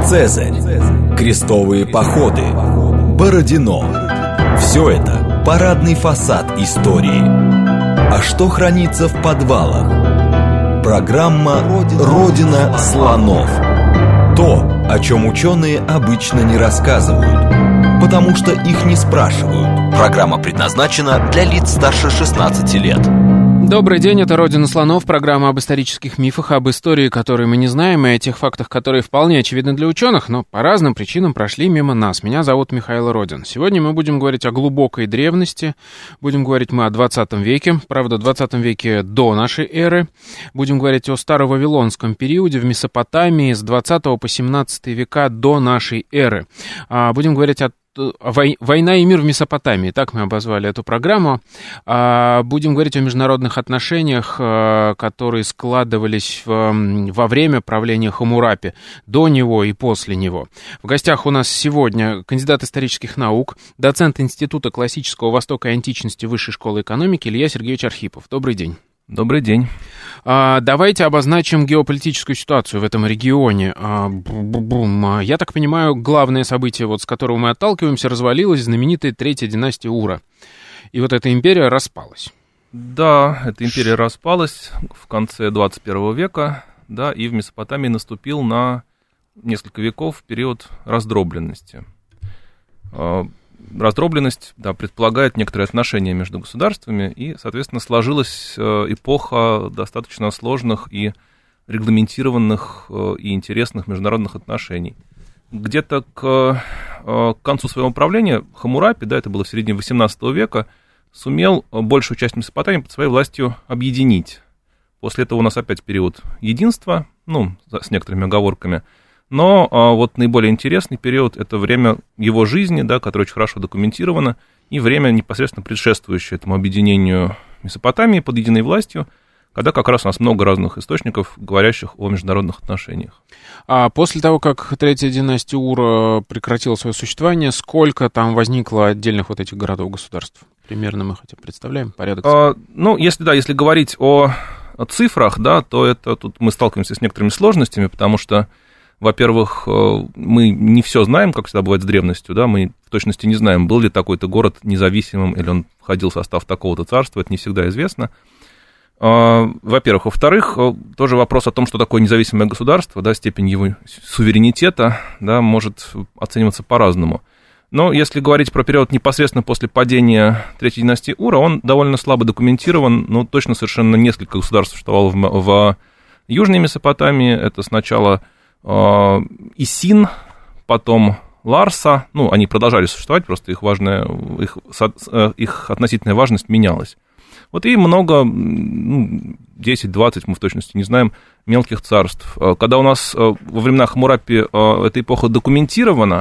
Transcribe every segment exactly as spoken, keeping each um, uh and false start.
Цезарь, крестовые походы, Бородино. Все это парадный фасад истории. А что хранится в подвалах? Программа «Родина слонов». То, о чем ученые обычно не рассказывают, потому что их не спрашивают. Программа предназначена для лиц старше шестнадцати лет. Добрый день, это «Родина слонов», программа об исторических мифах, об истории, которые мы не знаем, и о тех фактах, которые вполне очевидны для ученых, но по разным причинам прошли мимо нас. Меня зовут Михаил Родин. Сегодня мы будем говорить о глубокой древности, будем говорить мы о двадцатом веке, правда, двадцатом веке до нашей эры, будем говорить о старовавилонском периоде в Месопотамии с двадцатого по семнадцатый века до нашей эры. Будем говорить о «Война и мир в Месопотамии», так мы обозвали эту программу. Будем говорить о международных отношениях, которые складывались во время правления Хаммурапи, до него и после него. В гостях у нас сегодня кандидат исторических наук, доцент Института классического Востока и античности Высшей школы экономики Илья Сергеевич Архипов. Добрый день. Добрый день. А, давайте обозначим геополитическую ситуацию в этом регионе. А, бу-бу-бум. Я так понимаю, главное событие, вот, с которого мы отталкиваемся, развалилась знаменитая третья династия Ура. И вот эта империя распалась. Да, эта империя распалась в конце двадцать первого века, да, и в Месопотамии наступил на несколько веков период раздробленности. Раздробленность, да, предполагает некоторые отношения между государствами, и, соответственно, сложилась эпоха достаточно сложных и регламентированных и интересных международных отношений. Где-то к, к концу своего правления Хаммурапи, да, это было в середине восемнадцатого века, сумел большую часть Месопотамии под своей властью объединить. После этого у нас опять период единства, ну, с некоторыми оговорками. Но а, вот наиболее интересный период – это время его жизни, да, которое очень хорошо документировано, и время, непосредственно предшествующее этому объединению Месопотамии под единой властью, когда как раз у нас много разных источников, говорящих о международных отношениях. А после того, как третья династия Ура прекратила свое существование, сколько там возникло отдельных вот этих городов-государств? Примерно мы хотя бы представляем порядок? А, ну, если, да, если говорить о, о цифрах, да, то это тут мы сталкиваемся с некоторыми сложностями, потому что, во-первых, мы не все знаем, как всегда бывает с древностью, да, мы в точности не знаем, был ли такой-то город независимым, или он входил в состав такого-то царства, это не всегда известно. Во-первых. Во-вторых, тоже вопрос о том, что такое независимое государство, да, степень его суверенитета, да, может оцениваться по-разному. Но если говорить про период непосредственно после падения третьей династии Ура, он довольно слабо документирован, но точно совершенно несколько государств существовало в, в Южной Месопотамии, это сначала Исин, потом Ларса, ну, они продолжали существовать, просто их, важная, их, их относительная важность менялась. Вот и много, ну, десять-двадцать, мы в точности не знаем, мелких царств. Когда у нас во времена Хаммурапи эта эпоха документирована,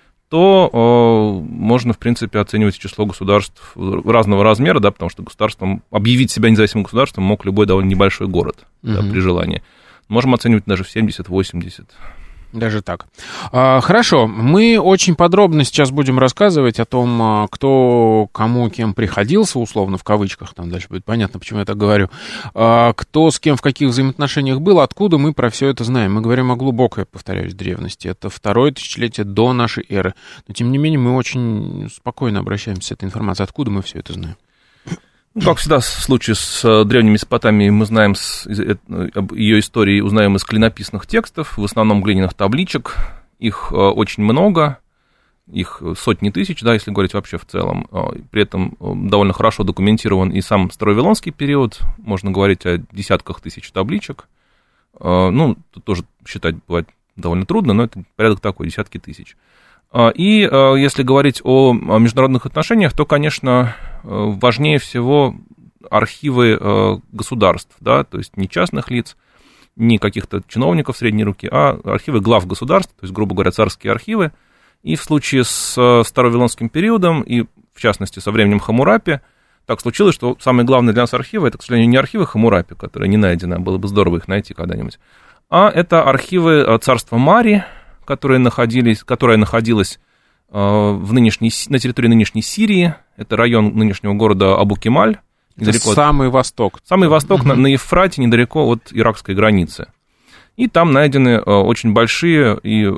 то можно, в принципе, оценивать число государств разного размера, да, потому что государством, объявить себя независимым государством мог любой довольно небольшой город, угу. да, при желании. Можем оценивать даже в семьдесят-восемьдесят. Даже так. А, хорошо, мы очень подробно сейчас будем рассказывать о том, кто кому кем приходился, условно, в кавычках, там дальше будет понятно, почему я так говорю, а, кто с кем в каких взаимоотношениях был, откуда мы про все это знаем. Мы говорим о глубокой, повторяюсь, древности. Это второе тысячелетие до нашей эры. Но, тем не менее, мы очень спокойно обращаемся с этой информацией. Откуда мы все это знаем? Как всегда в случае с древней Месопотамией, мы знаем с, об ее истории, узнаем из клинописных текстов, в основном глиняных табличек. Их очень много, их сотни тысяч, да, если говорить вообще в целом. При этом довольно хорошо документирован и сам старовавилонский период, можно говорить о десятках тысяч табличек. Ну, тут тоже считать бывает довольно трудно, но это порядок такой, десятки тысяч. И если говорить о международных отношениях, то, конечно, важнее всего архивы государств, да, то есть не частных лиц, не каких-то чиновников средней руки, а архивы глав государств, то есть, грубо говоря, царские архивы. И в случае с старовавилонским периодом, и в частности со временем Хаммурапи, так случилось, что самые главные для нас архивы, это, к сожалению, не архивы Хаммурапи, которые не найдены, было бы здорово их найти когда-нибудь, а это архивы царства Мари, которое находились, которое находилось в нынешней, на территории нынешней Сирии, это район нынешнего города Абу-Кемаль. Это самый от, восток. Самый восток, mm-hmm. на, на Евфрате, недалеко от иракской границы. И там найдены очень большие и,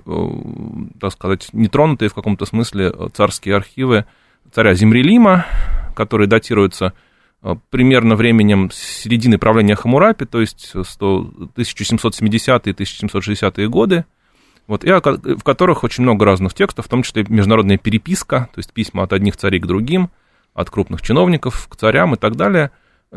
так сказать, нетронутые в каком-то смысле царские архивы царя Земрелима, которые датируются примерно временем середины правления Хаммурапи, то есть тысяча семьсот семидесятые — тысяча семьсот шестидесятые годы, вот, и в которых очень много разных текстов, в том числе международная переписка, то есть письма от одних царей к другим, от крупных чиновников к царям и так далее.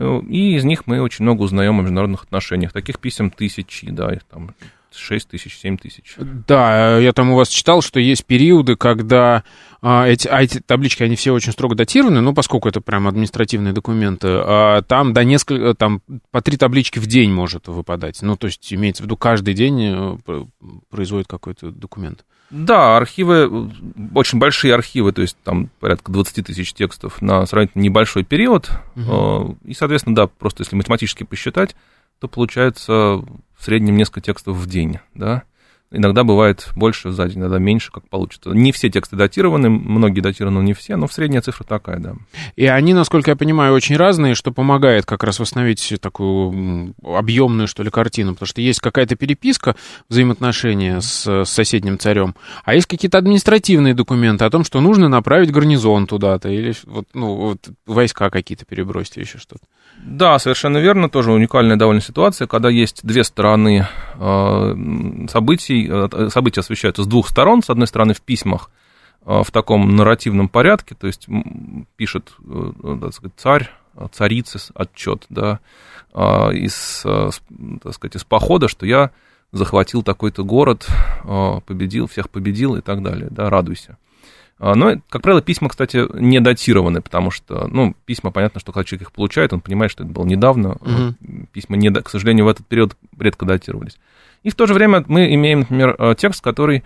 И из них мы очень много узнаем о международных отношениях. Таких писем тысячи, да, их там шесть тысяч, семь тысяч. Да, я там у вас читал, что есть периоды, когда а, эти, а эти таблички, они все очень строго датированы, ну, поскольку это прям административные документы, а, там до несколько, там по три таблички в день может выпадать. Ну, то есть имеется в виду, каждый день производит какой-то документ. Да, архивы, очень большие архивы, то есть там порядка двадцать тысяч текстов на сравнительно небольшой период. Угу. И, соответственно, да, просто если математически посчитать, то получается в среднем несколько текстов в день, да. Иногда бывает больше за день, иногда меньше, как получится. Не все тексты датированы, многие датированы, но не все, но средняя цифра такая, да. И они, насколько я понимаю, очень разные, что помогает как раз восстановить такую объемную, что ли, картину, потому что есть какая-то переписка, взаимоотношения с, с соседним царем, а есть какие-то административные документы о том, что нужно направить гарнизон туда-то, или вот, ну, вот войска какие-то перебросить, или еще что-то. Да, совершенно верно, тоже уникальная довольно ситуация, когда есть две стороны э, событий, э, события освещаются с двух сторон, с одной стороны в письмах э, в таком нарративном порядке, то есть пишет, э, так сказать, царь, царице отчет, да, э, из, э, так сказать, из похода, что я захватил такой-то город, э, победил, всех победил и так далее, да, радуйся. Но, как правило, письма, кстати, не датированы, потому что, ну, письма, понятно, что когда человек их получает, он понимает, что это было недавно, mm-hmm. письма, не, к сожалению, в этот период редко датировались. И в то же время мы имеем, например, текст, который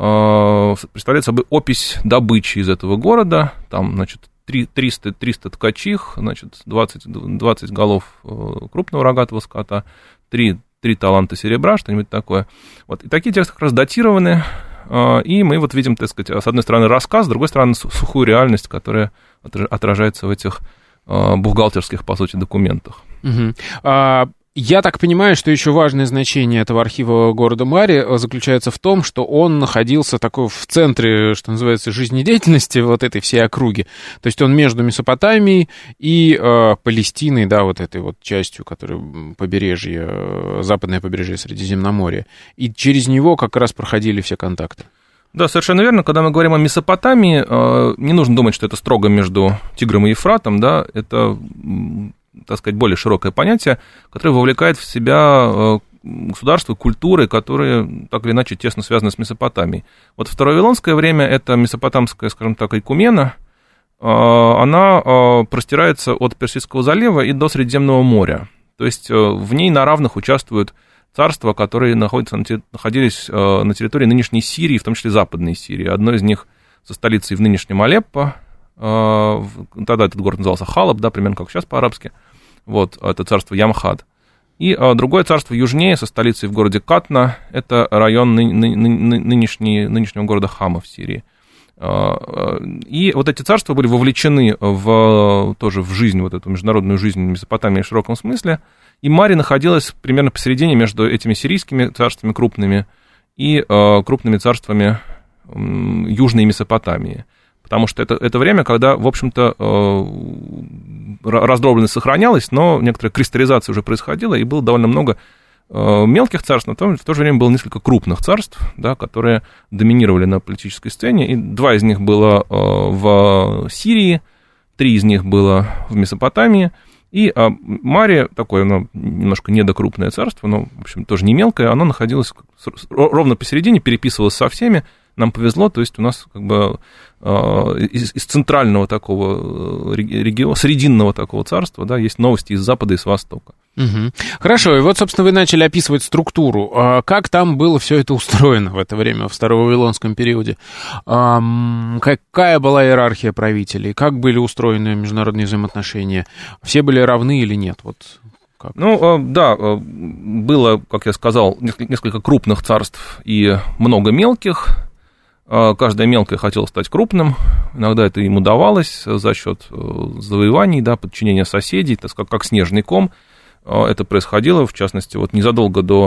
э, представляет собой опись добычи из этого города, там, значит, триста, триста ткачих, значит, двадцать, двадцать голов крупного рогатого скота, три, три таланта серебра, что-нибудь такое. Вот. И такие тексты как раз датированы. И мы вот видим, так сказать, с одной стороны рассказ, с другой стороны сухую реальность, которая отражается в этих бухгалтерских, по сути, документах. Угу. А, я так понимаю, что еще важное значение этого архива города Мари заключается в том, что он находился такой в центре, что называется, жизнедеятельности вот этой всей округи. То есть он между Месопотамией и э, Палестиной, да, вот этой вот частью, которая побережье, западное побережье Средиземноморья. И через него как раз проходили все контакты. Да, совершенно верно. Когда мы говорим о Месопотамии, не нужно думать, что это строго между Тигром и Ефратом, да, это, так сказать, более широкое понятие, которое вовлекает в себя государства, культуры, которые так или иначе тесно связаны с Месопотамией. Вот второе вавилонское время, это месопотамская, скажем так, Айкумена, она простирается от Персидского залива и до Средиземного моря. То есть в ней на равных участвуют царства, которые находятся, находились на территории нынешней Сирии, в том числе Западной Сирии. Одно из них со столицей в нынешнем Алеппо. Тогда этот город назывался Халаб, да, примерно как сейчас по-арабски. Вот, это царство Ямхад. И другое царство южнее, со столицей в городе Катна. Это район ны- ны- ны- нынешней, нынешнего города Хама в Сирии. И вот эти царства были вовлечены в, тоже в жизнь, вот эту международную жизнь Месопотамии в широком смысле. И Мари находилась примерно посередине между этими сирийскими царствами крупными и э, крупными царствами э, Южной Месопотамии. Потому что это, это время, когда, в общем-то, э, раздробленность сохранялась, но некоторая кристаллизация уже происходила, и было довольно много э, мелких царств, но в то, в то же время было несколько крупных царств, да, которые доминировали на политической сцене. И два из них было э, в Сирии, три из них было в Месопотамии. И а, Мария, такое, ну, немножко недокрупное царство, но, в общем, тоже не мелкое, оно находилось ровно посередине, переписывалось со всеми, нам повезло, то есть у нас как бы из, из центрального такого региона, срединного такого царства, да, есть новости из запада и с востока. Угу. Хорошо, и вот, собственно, вы начали описывать структуру. Как там было все это устроено в это время, в Старовавилонском периоде? Какая была иерархия правителей? Как были устроены международные взаимоотношения? Все были равны или нет? Вот как? Ну, да, было, как я сказал, несколько крупных царств и много мелких. Каждое мелкое хотело стать крупным, иногда это им удавалось за счет завоеваний, да, подчинения соседей, так сказать, как снежный ком. Это происходило, в частности, вот незадолго до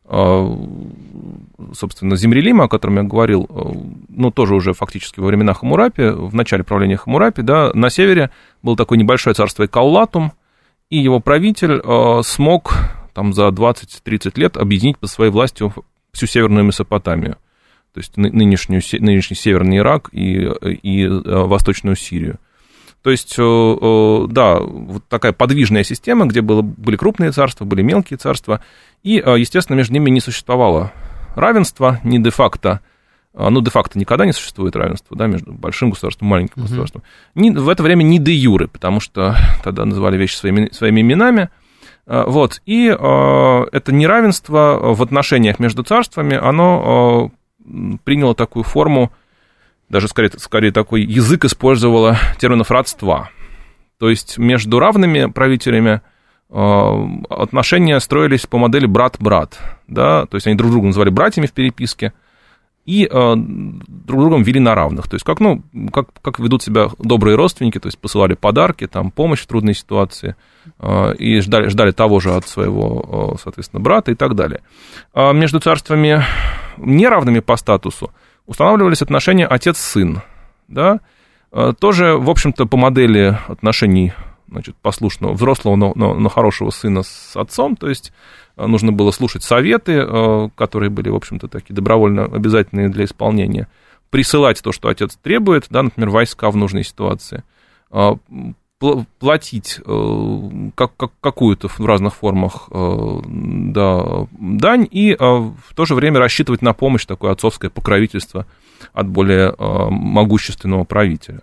собственно, Зимрилима, о котором я говорил, ну, тоже уже фактически во времена Хаммурапи, в начале правления Хаммурапи, да, на севере было такое небольшое царство Экаулатум, и его правитель смог там за двадцать-тридцать лет объединить под своей властью всю Северную Месопотамию, то есть нынешнюю, нынешний Северный Ирак и, и Восточную Сирию. То есть, да, вот такая подвижная система, где было, были крупные царства, были мелкие царства, и, естественно, между ними не существовало равенства, ни де-факто, ну, де-факто никогда не существует равенства, да, между большим государством и маленьким uh-huh. государством, ни, в это время ни де-юре, потому что тогда называли вещи своими, своими именами, вот, и это неравенство в отношениях между царствами, оно приняло такую форму, даже скорее, скорее такой язык использовало терминов родства. То есть между равными правителями э, отношения строились по модели брат-брат. Да? То есть они друг друга называли братьями в переписке и э, друг другом вели на равных. То есть как, ну, как, как ведут себя добрые родственники, то есть посылали подарки, там, помощь в трудной ситуации э, и ждали, ждали того же от своего, э, соответственно, брата и так далее. А между царствами неравными по статусу устанавливались отношения отец-сын, да, тоже, в общем-то, по модели отношений, значит, послушного, взрослого, но, но, но хорошего сына с отцом, то есть нужно было слушать советы, которые были, в общем-то, такие добровольно обязательные для исполнения, присылать то, что отец требует, да, например, войска в нужной ситуации, платить как, как, какую-то в разных формах, да, дань и в то же время рассчитывать на помощь, такое отцовское покровительство от более могущественного правителя.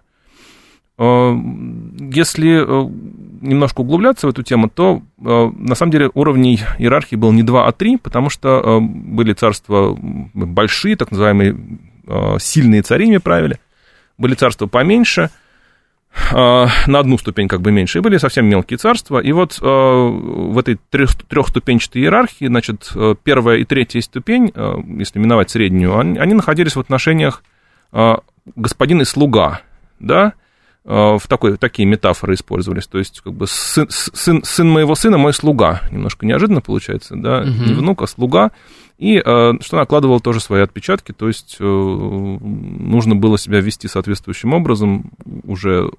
Если немножко углубляться в эту тему, то на самом деле уровней иерархии было не два, а три, потому что были царства большие, так называемые сильные цари ими правили, были царства поменьше, на одну ступень как бы меньше, и были совсем мелкие царства, и вот в этой трехступенчатой иерархии, значит, первая и третья ступень, если миновать среднюю, они, они находились в отношениях господин и слуга, да, в, такой, в такие метафоры использовались, то есть как бы сын, сын, сын моего сына мой слуга, немножко неожиданно получается, да, угу. Не внук, а слуга, и что накладывало тоже свои отпечатки, то есть нужно было себя вести соответствующим образом, уже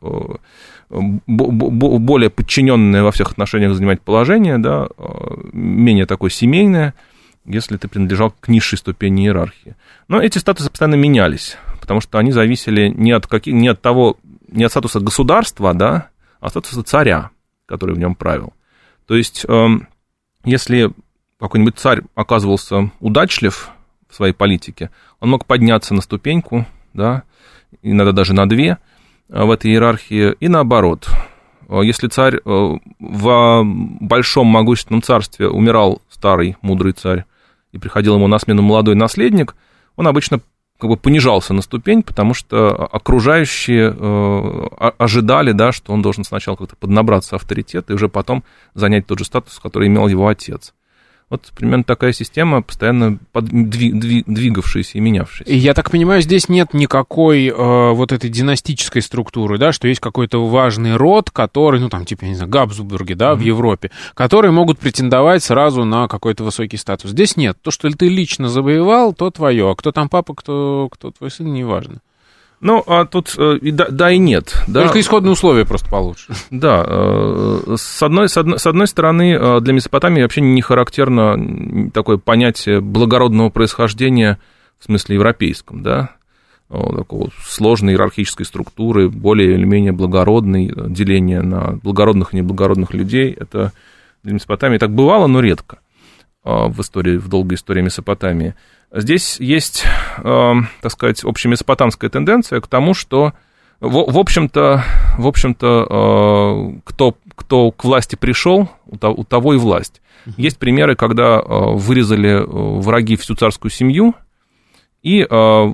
более подчиненное во всех отношениях занимать положение, да, менее такое семейное, если ты принадлежал к низшей ступени иерархии. Но эти статусы постоянно менялись, потому что они зависели не от, каких, не от того, не от статуса государства, да, а от статуса царя, который в нем правил. То есть, если какой-нибудь царь оказывался удачлив в своей политике, он мог подняться на ступеньку, да, иногда даже на две в этой иерархии, и наоборот. Если царь в большом могущественном царстве умирал старый мудрый царь, и приходил ему на смену молодой наследник, он обычно как бы понижался на ступень, потому что окружающие э, ожидали, да, что он должен сначала как-то поднабраться авторитета и уже потом занять тот же статус, который имел его отец. Вот примерно такая система, постоянно двигавшаяся и менявшаяся. И я так понимаю, здесь нет никакой э, вот этой династической структуры, да, что есть какой-то важный род, который, ну, там, типа, я не знаю, Габсбурги, да, mm-hmm. в Европе, которые могут претендовать сразу на какой-то высокий статус. Здесь нет. То, что ты лично завоевал, то твое. А кто там папа, кто, кто твой сын, неважно. Ну, а тут и да, да и нет. Да. Только исходные условия просто получше. Да. С одной, с, одной, с одной стороны, для Месопотамии вообще не характерно такое понятие благородного происхождения в смысле европейском, да, такого сложной иерархической структуры, более или менее благородной, деление на благородных и неблагородных людей. Это для Месопотамии так бывало, но редко в истории, в долгой истории Месопотамии. Здесь есть, э, так сказать, общемесопотамская тенденция к тому, что, в, в общем-то, в общем-то э, кто, кто к власти пришел, у того, у того и власть. Uh-huh. Есть примеры, когда э, вырезали враги всю царскую семью, и э,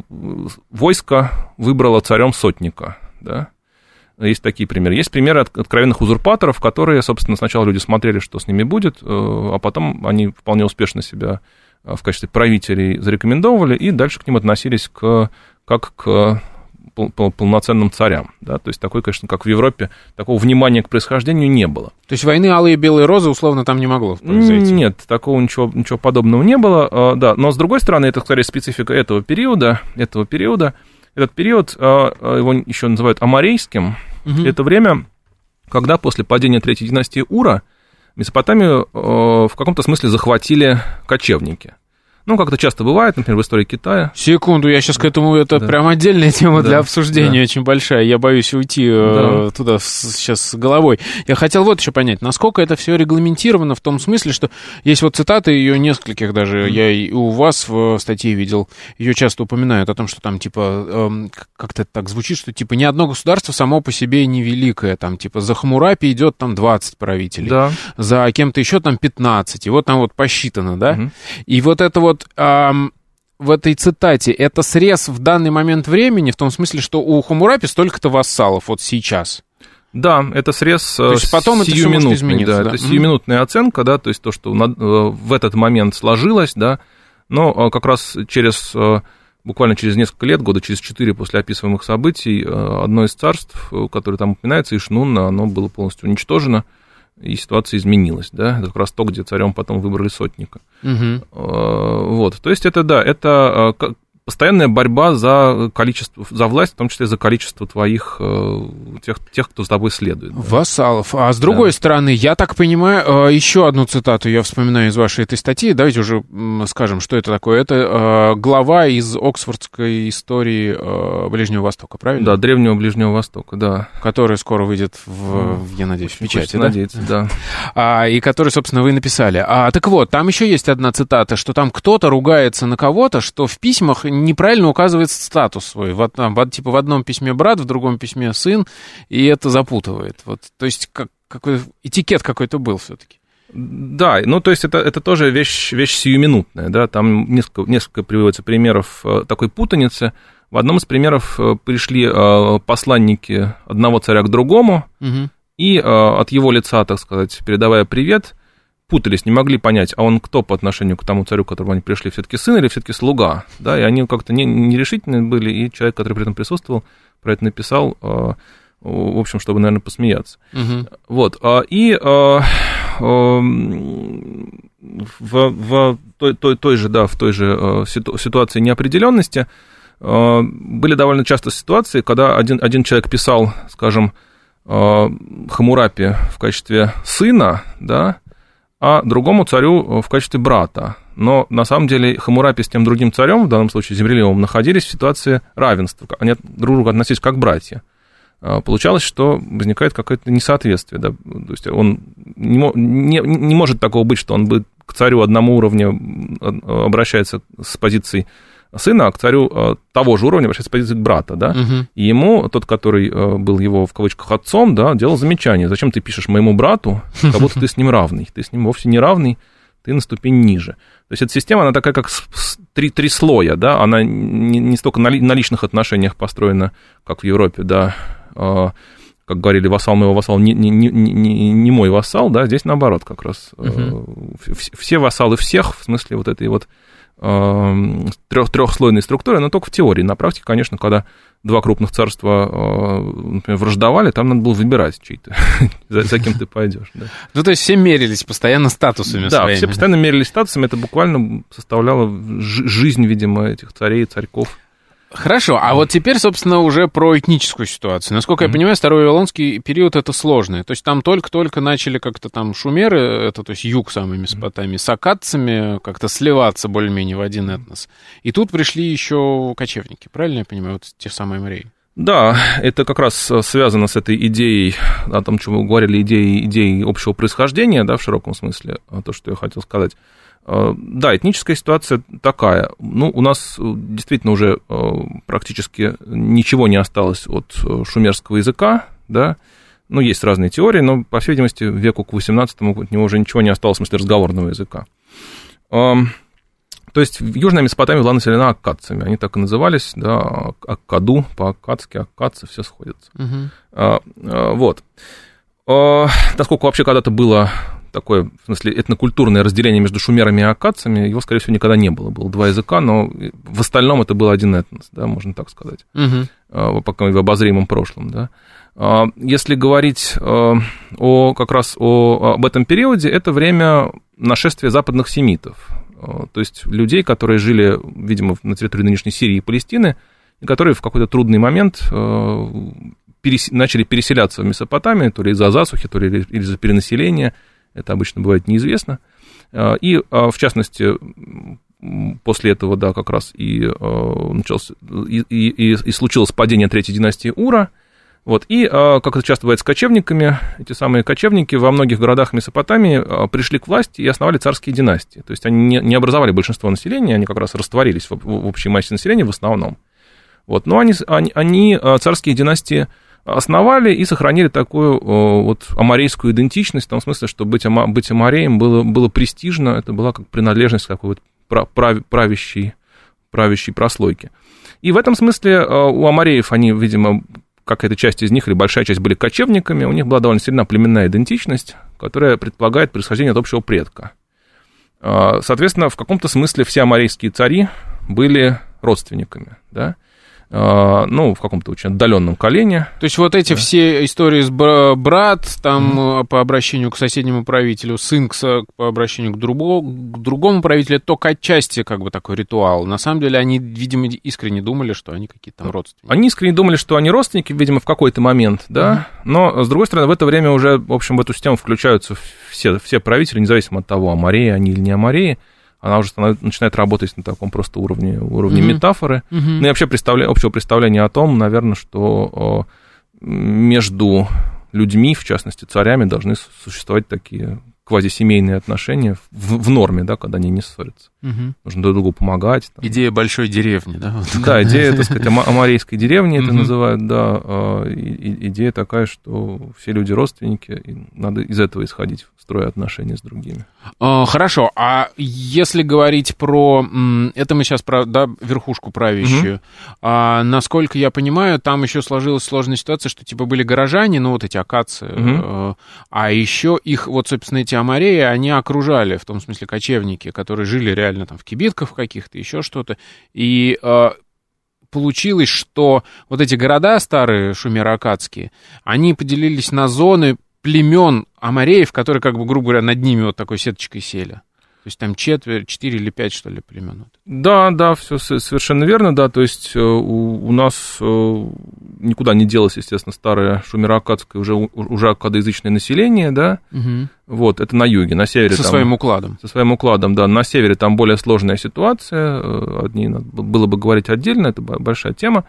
войско выбрало царем сотника, да? Есть такие примеры. Есть примеры откровенных узурпаторов, которые, собственно, сначала люди смотрели, что с ними будет, а потом они вполне успешно себя в качестве правителей зарекомендовывали и дальше к ним относились к, как к пол, пол, полноценным царям, да, то есть такой, конечно, как в Европе, такого внимания к происхождению не было. То есть войны алые, белые, розы, условно, там не могло произойти? Нет, такого ничего, ничего подобного не было, да, но, с другой стороны, это, скорее, специфика этого периода, этого периода, этот период, его еще называют аморейским, угу. Это время, когда после падения Третьей династии Ура Месопотамию в каком-то смысле захватили кочевники. Ну, как это часто бывает, например, в истории Китая. Секунду, я сейчас к этому, это да. прям отдельная тема да. для обсуждения, да. очень большая. Я боюсь уйти да. туда сейчас с головой. Я хотел вот еще понять, насколько это все регламентировано в том смысле, что есть вот цитаты, ее нескольких даже, mm-hmm. я и у вас в статье видел, ее часто упоминают о том, что там, типа, эм, как-то это так звучит, что, типа, ни одно государство само по себе не великое, там, типа, за Хаммурапи идет там двадцать правителей, да. за кем-то еще там пятнадцать, и вот там вот посчитано, да, mm-hmm. и вот это вот Вот, эм, в этой цитате, это срез в данный момент времени, в том смысле, что у Хаммурапи столько-то вассалов вот сейчас? Да, это срез то есть потом сиюминутный, это, все да, да? это mm-hmm. сиюминутная оценка, да, то есть то, что в этот момент сложилось, да, но как раз через, буквально через несколько лет, года через четыре после описываемых событий, одно из царств, которое там упоминается, Ишнун, оно было полностью уничтожено, и ситуация изменилась, да, это как раз то, где царем потом выбрали сотника. Угу. Вот, то есть это, да, это постоянная борьба за количество, за власть, в том числе за количество твоих, тех, тех кто с тобой следует. Да. Вассалов. А с другой да. стороны, я так понимаю, еще одну цитату я вспоминаю из вашей этой статьи, давайте уже скажем, что это такое. Это глава из Оксфордской истории Ближнего Востока, правильно? Да, древнего Ближнего Востока, да. Которая скоро выйдет, в, я надеюсь, в печати, да? Надеяться, да. А, и который, собственно, вы написали. А, так вот, там еще есть одна цитата, что там кто-то ругается на кого-то, что в письмах неправильно указывает статус свой. Вот, там, вот, типа в одном письме брат, в другом письме сын, и это запутывает. Вот, то есть как, какой, этикет какой-то был все-таки. Да, ну то есть это, это тоже вещь, вещь сиюминутная, да, там несколько, несколько приводится примеров такой путаницы. В одном из примеров пришли посланники одного царя к другому, угу. и от его лица, так сказать, передавая привет, путались, не могли понять, а он кто по отношению к тому царю, к которому они пришли, все-таки сын или все-таки слуга, да, и они как-то не, нерешительны были, и человек, который при этом присутствовал, про это написал, в общем, чтобы, наверное, посмеяться. Угу. Вот, и в, в той, той, той же, да, в той же ситуации неопределенности были довольно часто ситуации, когда один, один человек писал, скажем, Хаммурапи в качестве сына, да, а другому царю в качестве брата. Но на самом деле Хаммурапи с тем другим царем, в данном случае Земрелевым, находились в ситуации равенства. Они друг к другу относились как братья. Получалось, что возникает какое-то несоответствие. Да? То есть он не, не, не может такого быть, что он бы к царю одному уровня обращается с позицией сына, а к царю того же уровня обращается с позиции брата, да, угу. и ему, тот, который был его, в кавычках, отцом, да, делал замечание, зачем ты пишешь моему брату, как будто ты с ним равный, ты с ним вовсе не равный, ты на ступень ниже. То есть эта система, она такая, как три, три слоя, да, она не, не столько на, на личных отношениях построена, как в Европе, да, как говорили, вассал моего вассала, не, не, не, не, не мой вассал, да, здесь наоборот как раз. Угу. Все вассалы всех, в смысле вот этой вот трех, трехслойной структуры, но только в теории. На практике, конечно, когда два крупных царства, например, враждовали, там надо было выбирать чей-то, за, за кем ты пойдешь. Да. Ну, то есть все мерились постоянно статусами да, своими. Да, все постоянно мерились статусами, это буквально составляло жизнь, видимо, этих царей и царьков. Хорошо, а вот теперь, собственно, уже про этническую ситуацию. Насколько mm-hmm. я понимаю, Старый Вавилонский период — это сложный. То есть там только-только начали как-то там шумеры, это, то есть юг самой Месопотамии, с аккадцами как-то сливаться более-менее в один этнос. И тут пришли еще кочевники, правильно я понимаю, вот те самые евреи? Да, это как раз связано с этой идеей, о том, что вы говорили, идеей, идеей общего происхождения, да, в широком смысле, то, что я хотел сказать. Да, этническая ситуация такая. Ну, у нас действительно уже практически ничего не осталось от шумерского языка, да. Ну, есть разные теории, но, по всей видимости, веку к восемнадцатому от него уже ничего не осталось в смысле разговорного языка. То есть Южная Месопотамия была населена аккадцами, они так и назывались, да, Аккаду, по-аккадски, аккадцы, все сходятся. Угу. Вот. Насколько вообще когда-то было такое, в смысле, этнокультурное разделение между шумерами и аккадцами, его, скорее всего, никогда не было. Было два языка, но в остальном это был один этнос, да, можно так сказать, угу. пока в обозримом прошлом, да. Если говорить о, как раз о, об этом периоде, это время нашествия западных семитов, то есть людей, которые жили, видимо, на территории нынешней Сирии и Палестины, и которые в какой-то трудный момент перес... начали переселяться в Месопотамию, то ли из-за засухи, то ли из-за перенаселения, это обычно бывает неизвестно, и, в частности, после этого, да, как раз и, начался, и, и, и случилось падение третьей династии Ура. Вот, и, как это часто бывает с кочевниками, эти самые кочевники во многих городах Месопотамии пришли к власти и основали царские династии. То есть они не образовали большинство населения, они как раз растворились в общей массе населения в основном. Вот, но они, они, они царские династии основали и сохранили такую вот аморейскую идентичность, в том смысле, что быть, ама, быть амореем было, было престижно, это была как принадлежность к какой-то прав, правящей, правящей прослойке. И в этом смысле у амореев они, видимо, какая-то часть из них, или большая часть были кочевниками, у них была довольно сильная племенная идентичность, которая предполагает происхождение от общего предка. Соответственно, в каком-то смысле все аморейские цари были родственниками, да, ну, в каком-то очень отдаленном колене. То есть вот эти да. все истории с брат, там, mm-hmm. по обращению к соседнему правителю, сын по обращению к, другому, к другому правителю, это только отчасти как бы такой ритуал. На самом деле они, видимо, искренне думали, что они какие-то там родственники. Они искренне думали, что они родственники, видимо, в какой-то момент, да, mm-hmm. но, с другой стороны, в это время уже, в общем, в эту систему включаются все, все правители, независимо от того, амореи они или не амореи. Она уже начинает работать на таком просто уровне, уровне mm-hmm. метафоры. Mm-hmm. Ну и вообще представля... общего представления о том, наверное, что между людьми, в частности царями, должны существовать такие квазисемейные отношения в, в норме, да, когда они не ссорятся. Угу. Нужно друг другу помогать. Там. Идея большой деревни, да? Да, идея, так сказать, аморейской деревни это называют, да. Идея такая, что все люди родственники, и надо из этого исходить, строя отношения с другими. Хорошо, а если говорить про... Это мы сейчас про да, верхушку правящую. Угу. А, насколько я понимаю, там еще сложилась сложная ситуация, что типа были горожане, ну вот эти аккадцы, угу. а еще их, вот, собственно, эти амореи, они окружали, в том смысле кочевники, которые жили реально там в кибитках каких-то, еще что-то. И э, получилось, что вот эти города старые, шумеро-аккадские, они поделились на зоны племен амореев, которые, как бы, грубо говоря, над ними вот такой сеточкой сели. То есть там четыре, четыре или пять, что ли, племен. Да, да, все совершенно верно, да, то есть у, у нас никуда не делось, естественно, старое шумеро-аккадское, уже, уже аккадоязычное население, да, угу. Вот, это на юге, на севере. Со там, своим укладом. Со своим укладом, да, на севере там более сложная ситуация, одни было бы говорить отдельно, это большая тема.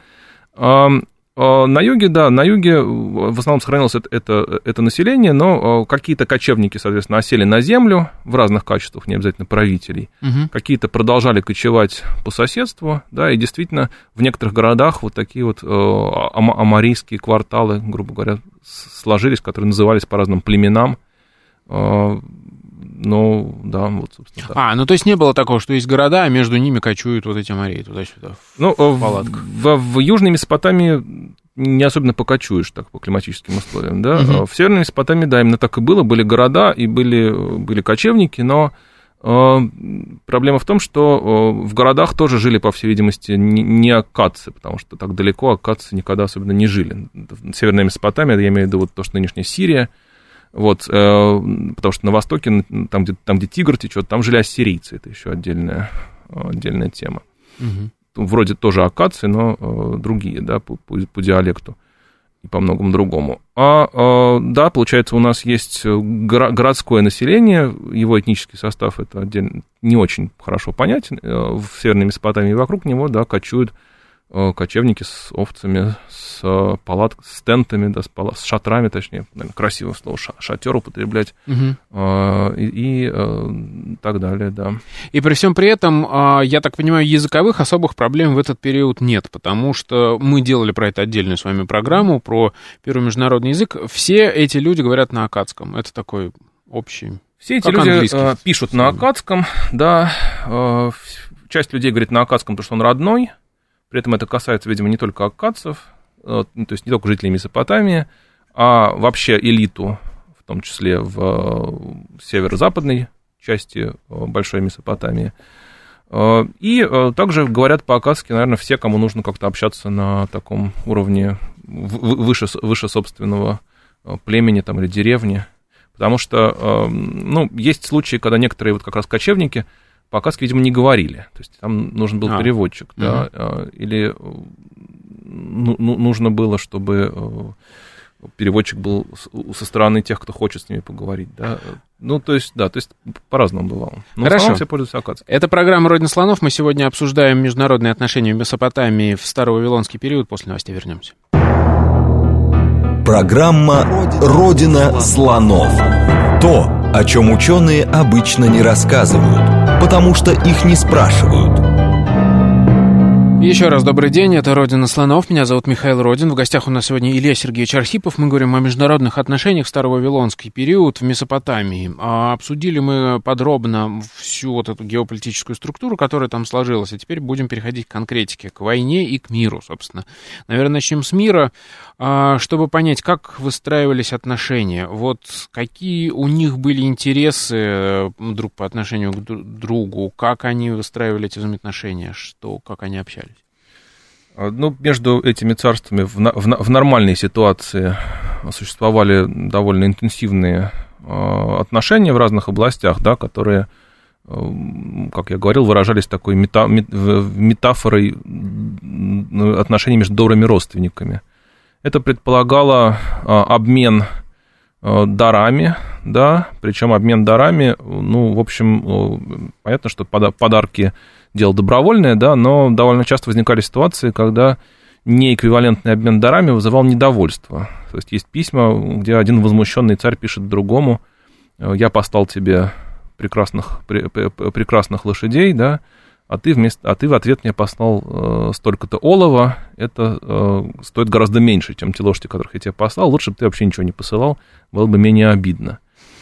На юге, да, на юге в основном сохранилось это, это, это население, но какие-то кочевники, соответственно, осели на землю в разных качествах, не обязательно правителей. Угу. Какие-то продолжали кочевать по соседству, да, и действительно в некоторых городах вот такие вот аморейские кварталы, грубо говоря, сложились, которые назывались по разным племенам. Ну, да, вот, собственно, так. А, ну, то есть не было такого, что есть города, а между ними кочуют вот эти амореи туда-сюда, в, ну, в палатках? В, в Южной Месопотамии не особенно покочуешь так по климатическим условиям, да. Угу. В Северной Месопотамии, да, именно так и было, были города и были, были кочевники, но э, проблема в том, что э, в городах тоже жили, по всей видимости, не, не аккадцы, потому что так далеко аккадцы никогда особенно не жили. Северная Месопотамия, я имею в виду вот то, что нынешняя Сирия, вот, э, потому что на востоке, там где, там, где Тигр течет, там жили ассирийцы, это еще отдельная, отдельная тема. Угу. Вроде тоже аккадцы, но э, другие, да, по, по, по диалекту и по многому другому. А, э, да, получается, у нас есть горо- городское население, его этнический состав, это отдельно, не очень хорошо понятен, э, в Северной Месопотамии вокруг него, да, кочуют кочевники с овцами, с палатками, с тентами, да, с, пала... с шатрами, точнее, наверное, красивое слово, шатер употреблять, угу. и, и так далее, да. И при всем при этом, я так понимаю, языковых особых проблем в этот период нет, потому что мы делали про это отдельную с вами программу, про первый международный язык. Все эти люди говорят на аккадском, это такой общий... Все эти люди английский. Пишут на аккадском, да, часть людей говорит на аккадском, потому что он родной. При этом это касается, видимо, не только аккадцев, то есть не только жителей Месопотамии, а вообще элиту, том числе в северо-западной части Большой Месопотамии. И также говорят по-аккадски, наверное, все, кому нужно как-то общаться на таком уровне выше, выше собственного племени там, или деревни. Потому что, ну, есть случаи, когда некоторые вот как раз кочевники по-аккадски, видимо, не говорили. То есть там нужен был а. переводчик, угу. да, или ну, нужно было, чтобы переводчик был со стороны тех, кто хочет с ними поговорить, да. Ну, то есть, да, то есть по-разному бывало. Но Хорошо. Все пользуются аккадским. Это программа «Родина слонов». Мы сегодня обсуждаем международные отношения в Месопотамии в старовавилонский период. После новостей вернемся. Программа «Родина слонов». То, о чем ученые обычно не рассказывают, потому что их не спрашивают. Еще раз добрый день, это «Родина слонов», меня зовут Михаил Родин. В гостях у нас сегодня Илья Сергеевич Архипов. Мы говорим о международных отношениях в старовавилонский период в Месопотамии. А обсудили мы подробно всю вот эту геополитическую структуру, которая там сложилась, и теперь будем переходить к конкретике, к войне и к миру, собственно. Наверное, начнем с мира, чтобы понять, как выстраивались отношения. Вот какие у них были интересы друг по отношению к другу, как они выстраивали эти взаимоотношения, что, как они общались. Ну, между этими царствами в, в, в нормальной ситуации существовали довольно интенсивные отношения в разных областях, да, которые, как я говорил, выражались такой мета, метафорой отношений между добрыми родственниками. Это предполагало обмен дарами, да, причем обмен дарами, ну, в общем, понятно, что подарки дело добровольное, да, но довольно часто возникали ситуации, когда неэквивалентный обмен дарами вызывал недовольство. То есть есть письма, где один возмущенный царь пишет другому: я послал тебе прекрасных, прекрасных лошадей, да, а ты, вместо, а ты в ответ мне послал э, столько-то олова, это э, стоит гораздо меньше, чем те лошади, которых я тебе послал, лучше бы ты вообще ничего не посылал, было бы менее обидно.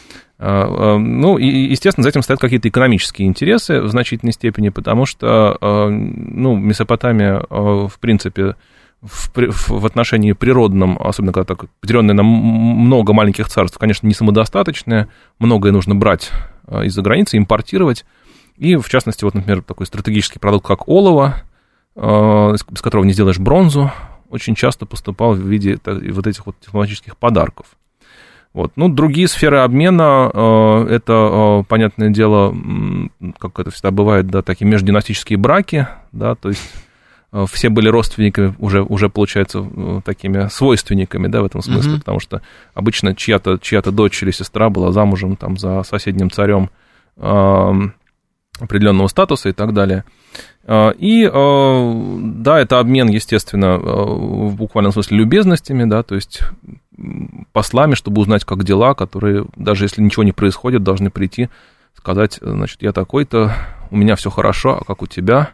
Ну, и, естественно, за этим стоят какие-то экономические интересы в значительной степени, потому что, ну, Месопотамия, в принципе, в, в отношении природном, особенно когда так поделенная на много маленьких царств, конечно, не самодостаточная, многое нужно брать из-за границы, импортировать, и, в частности, вот, например, такой стратегический продукт, как олово, без которого не сделаешь бронзу, очень часто поступал в виде вот этих вот дипломатических подарков. Вот. Ну, другие сферы обмена, э, это, э, понятное дело, как это всегда бывает, да, такие междинастические браки, да, то есть э, все были родственниками, уже, уже получается, э, такими свойственниками, да, в этом смысле, mm-hmm. потому что обычно чья-то, чья-то дочь или сестра была замужем там за соседним царем э, определенного статуса и так далее. И, да, это обмен, естественно, в буквальном смысле любезностями, да, то есть послами, чтобы узнать, как дела, которые, даже если ничего не происходит, должны прийти, сказать, значит, я такой-то, у меня все хорошо, а как у тебя?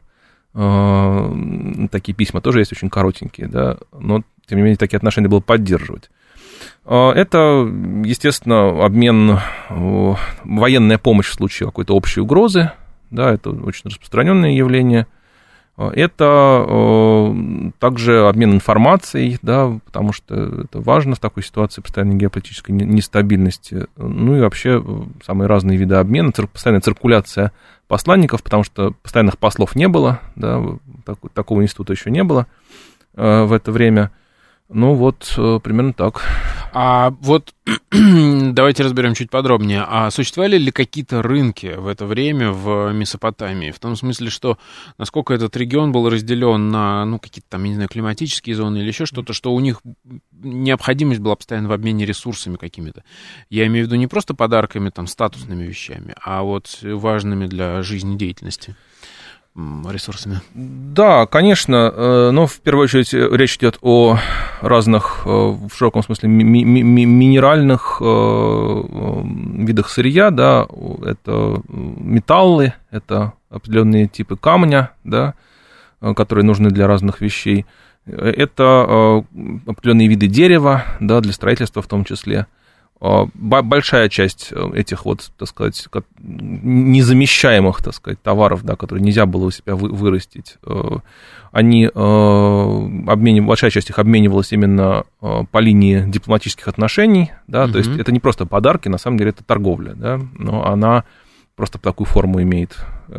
Такие письма тоже есть, очень коротенькие, да, но, тем не менее, такие отношения было поддерживать. Это, естественно, обмен, военная помощь в случае какой-то общей угрозы, да, это очень распространенное явление. Это э, также обмен информацией, да, потому что это важно в такой ситуации постоянной геополитической нестабильности. Ну и вообще самые разные виды обмена, цир, постоянная циркуляция посланников, потому что постоянных послов не было, да, так, такого института еще не было э, в это время. Ну вот, примерно так. А вот давайте разберем чуть подробнее. А существовали ли какие-то рынки в это время в Месопотамии? В том смысле, что насколько этот регион был разделен на, ну, какие-то там, я не знаю, климатические зоны или еще что-то, что у них необходимость была постоянно в обмене ресурсами какими-то. Я имею в виду не просто подарками, там, статусными вещами, а вот важными для жизнедеятельности ресурсами. Да, конечно, но в первую очередь речь идет о разных, в широком смысле, ми- ми- минеральных видах сырья, да, это металлы, это определенные типы камня, да, которые нужны для разных вещей, это определенные виды дерева, да, для строительства в том числе. Большая часть этих вот, так сказать, незамещаемых, так сказать, товаров, да, которые нельзя было у себя вырастить, они, обменив... большая часть их обменивалась именно по линии дипломатических отношений, да, mm-hmm. то есть это не просто подарки, на самом деле это торговля, да, но она просто такую форму имеет.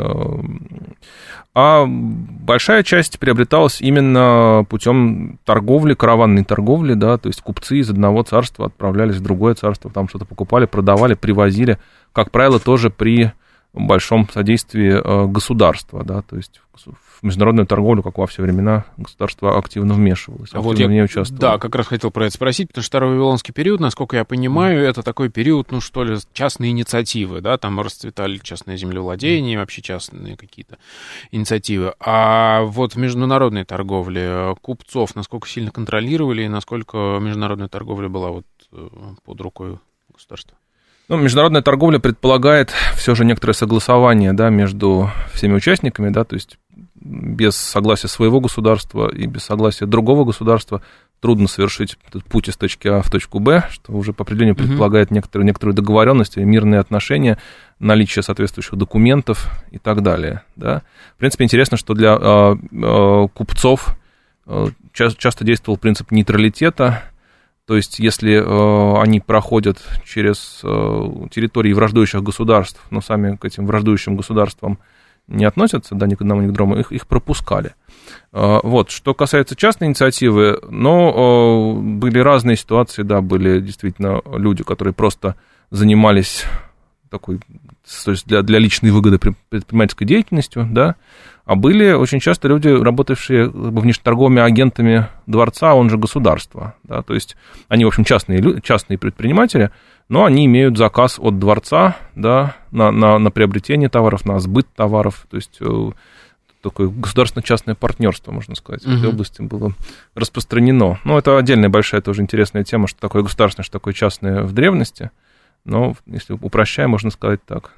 А большая часть приобреталась именно путем торговли, караванной торговли, да, то есть купцы из одного царства отправлялись в другое царство, там что-то покупали, продавали, привозили, как правило, тоже при большом содействии государства, да, то есть в международную торговлю, как во все времена, государство активно вмешивалось, активно вот я, в ней участвовало. Да, как раз хотел про это спросить, потому что Второй Вавилонский период, насколько я понимаю, mm. это такой период, ну что ли, частной инициативы, да, там расцветали частные землевладения, mm. вообще частные какие-то инициативы. А вот в международной торговле купцов насколько сильно контролировали и насколько международная торговля была вот под рукой государства? Ну, международная торговля предполагает все же некоторое согласование, да, между всеми участниками, да, то есть без согласия своего государства и без согласия другого государства трудно совершить этот путь из точки А в точку Б, что уже по определению предполагает mm-hmm. некоторую, некоторую договоренность, мирные отношения, наличие соответствующих документов и так далее, да. В принципе, интересно, что для э, э, купцов э, ча- часто действовал принцип нейтралитета. То есть, если э, они проходят через э, территории враждующих государств, но сами к этим враждующим государствам не относятся, да, ни к одному, ни к другому, их, их пропускали. Э, вот, что касается частной инициативы, но э, были разные ситуации, да, были действительно люди, которые просто занимались такой, то есть для, для личной выгоды предпринимательской деятельностью, да, а были очень часто люди, работавшие внешнеторговыми агентами дворца, он же государства, да, то есть они, в общем, частные, частные предприниматели, но они имеют заказ от дворца, да, на, на, на приобретение товаров, на сбыт товаров, то есть такое государственно-частное партнерство, можно сказать, в этой области было распространено. Ну, это отдельная большая тоже интересная тема, что такое государственное, что такое частное в древности, но если упрощая, можно сказать так.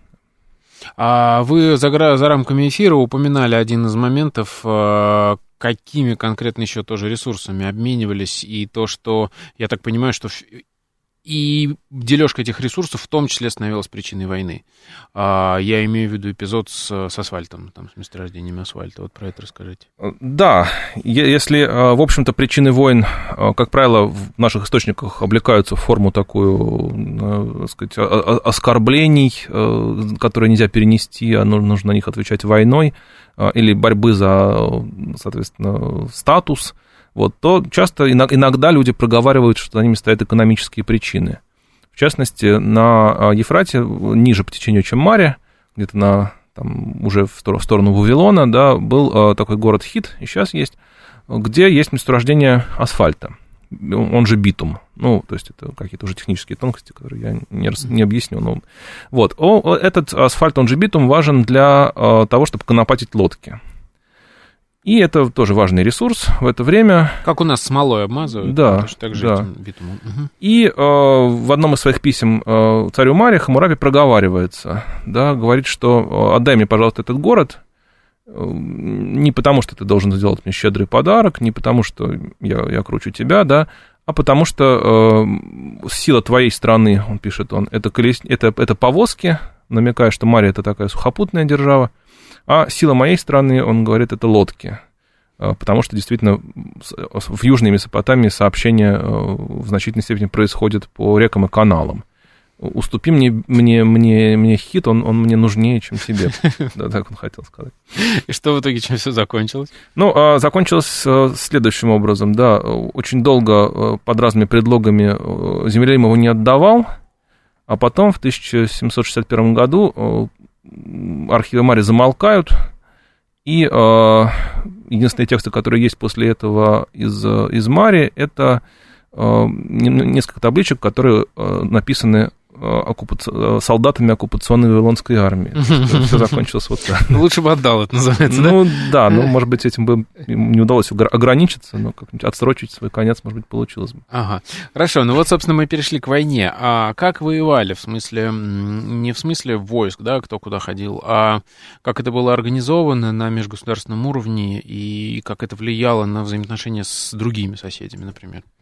А вы за, за рамками эфира упоминали один из моментов, какими конкретно еще тоже ресурсами обменивались, и то, что, я так понимаю, что и дележка этих ресурсов в том числе становилась причиной войны. Я имею в виду эпизод с, с асфальтом, там, с месторождением асфальта. Вот про это расскажите. Да, если, в общем-то, причины войн, как правило, в наших источниках облекаются в форму такую, так сказать, оскорблений, которые нельзя перенести, а нужно на них отвечать войной, или борьбы за, соответственно, статус, вот, то часто иногда люди проговаривают, что за ними стоят экономические причины. В частности, на Ефрате, ниже по течению, чем Маре, где-то на, там, уже в сторону Вавилона, да, был такой город Хит, и сейчас есть, где есть месторождение асфальта, он же битум. Ну, то есть это какие-то уже технические тонкости, которые я не, не объясню. Но... Вот, этот асфальт, он же битум, важен для того, чтобы конопатить лодки. И это тоже важный ресурс в это время. Как у нас смолой обмазывают. Да, так же да. Этим битумом. Угу. И э, в одном из своих писем э, царю Маре Хаммурапи проговаривается, да, говорит, что отдай мне, пожалуйста, этот город, э, не потому, что ты должен сделать мне щедрый подарок, не потому, что я, я кручу тебя, да, а потому что э, сила твоей страны, он пишет, он, это, колес... это, это повозки, намекая, что Мария это такая сухопутная держава, а сила моей страны, он говорит, это лодки, потому что действительно в Южной Месопотамии сообщения в значительной степени происходят по рекам и каналам. Уступи мне, мне, мне, мне Хит, он, он мне нужнее, чем тебе. Да, так он хотел сказать. И что в итоге, чем все закончилось? Ну, закончилось следующим образом, да, очень долго под разными предлогами Землеем его не отдавал, а потом в тысяча семьсот шестьдесят первом году архивы Мари замолкают, и э, единственные тексты, которые есть после этого из, из Мари, это э, несколько табличек, которые э, написаны оккупаци... солдатами оккупационной Вавилонской армии. Все закончилось вот так. Лучше бы отдал, это называется, да? Ну да, ну, может быть, этим бы не удалось ограничиться, но как-нибудь отсрочить свой конец, может быть, получилось бы. Ага, хорошо, ну вот, собственно, мы перешли к войне. А как воевали? В смысле, не в смысле войск, да, кто куда ходил, а как это было организовано на межгосударственном уровне и как это влияло на взаимоотношения с другими соседями, например?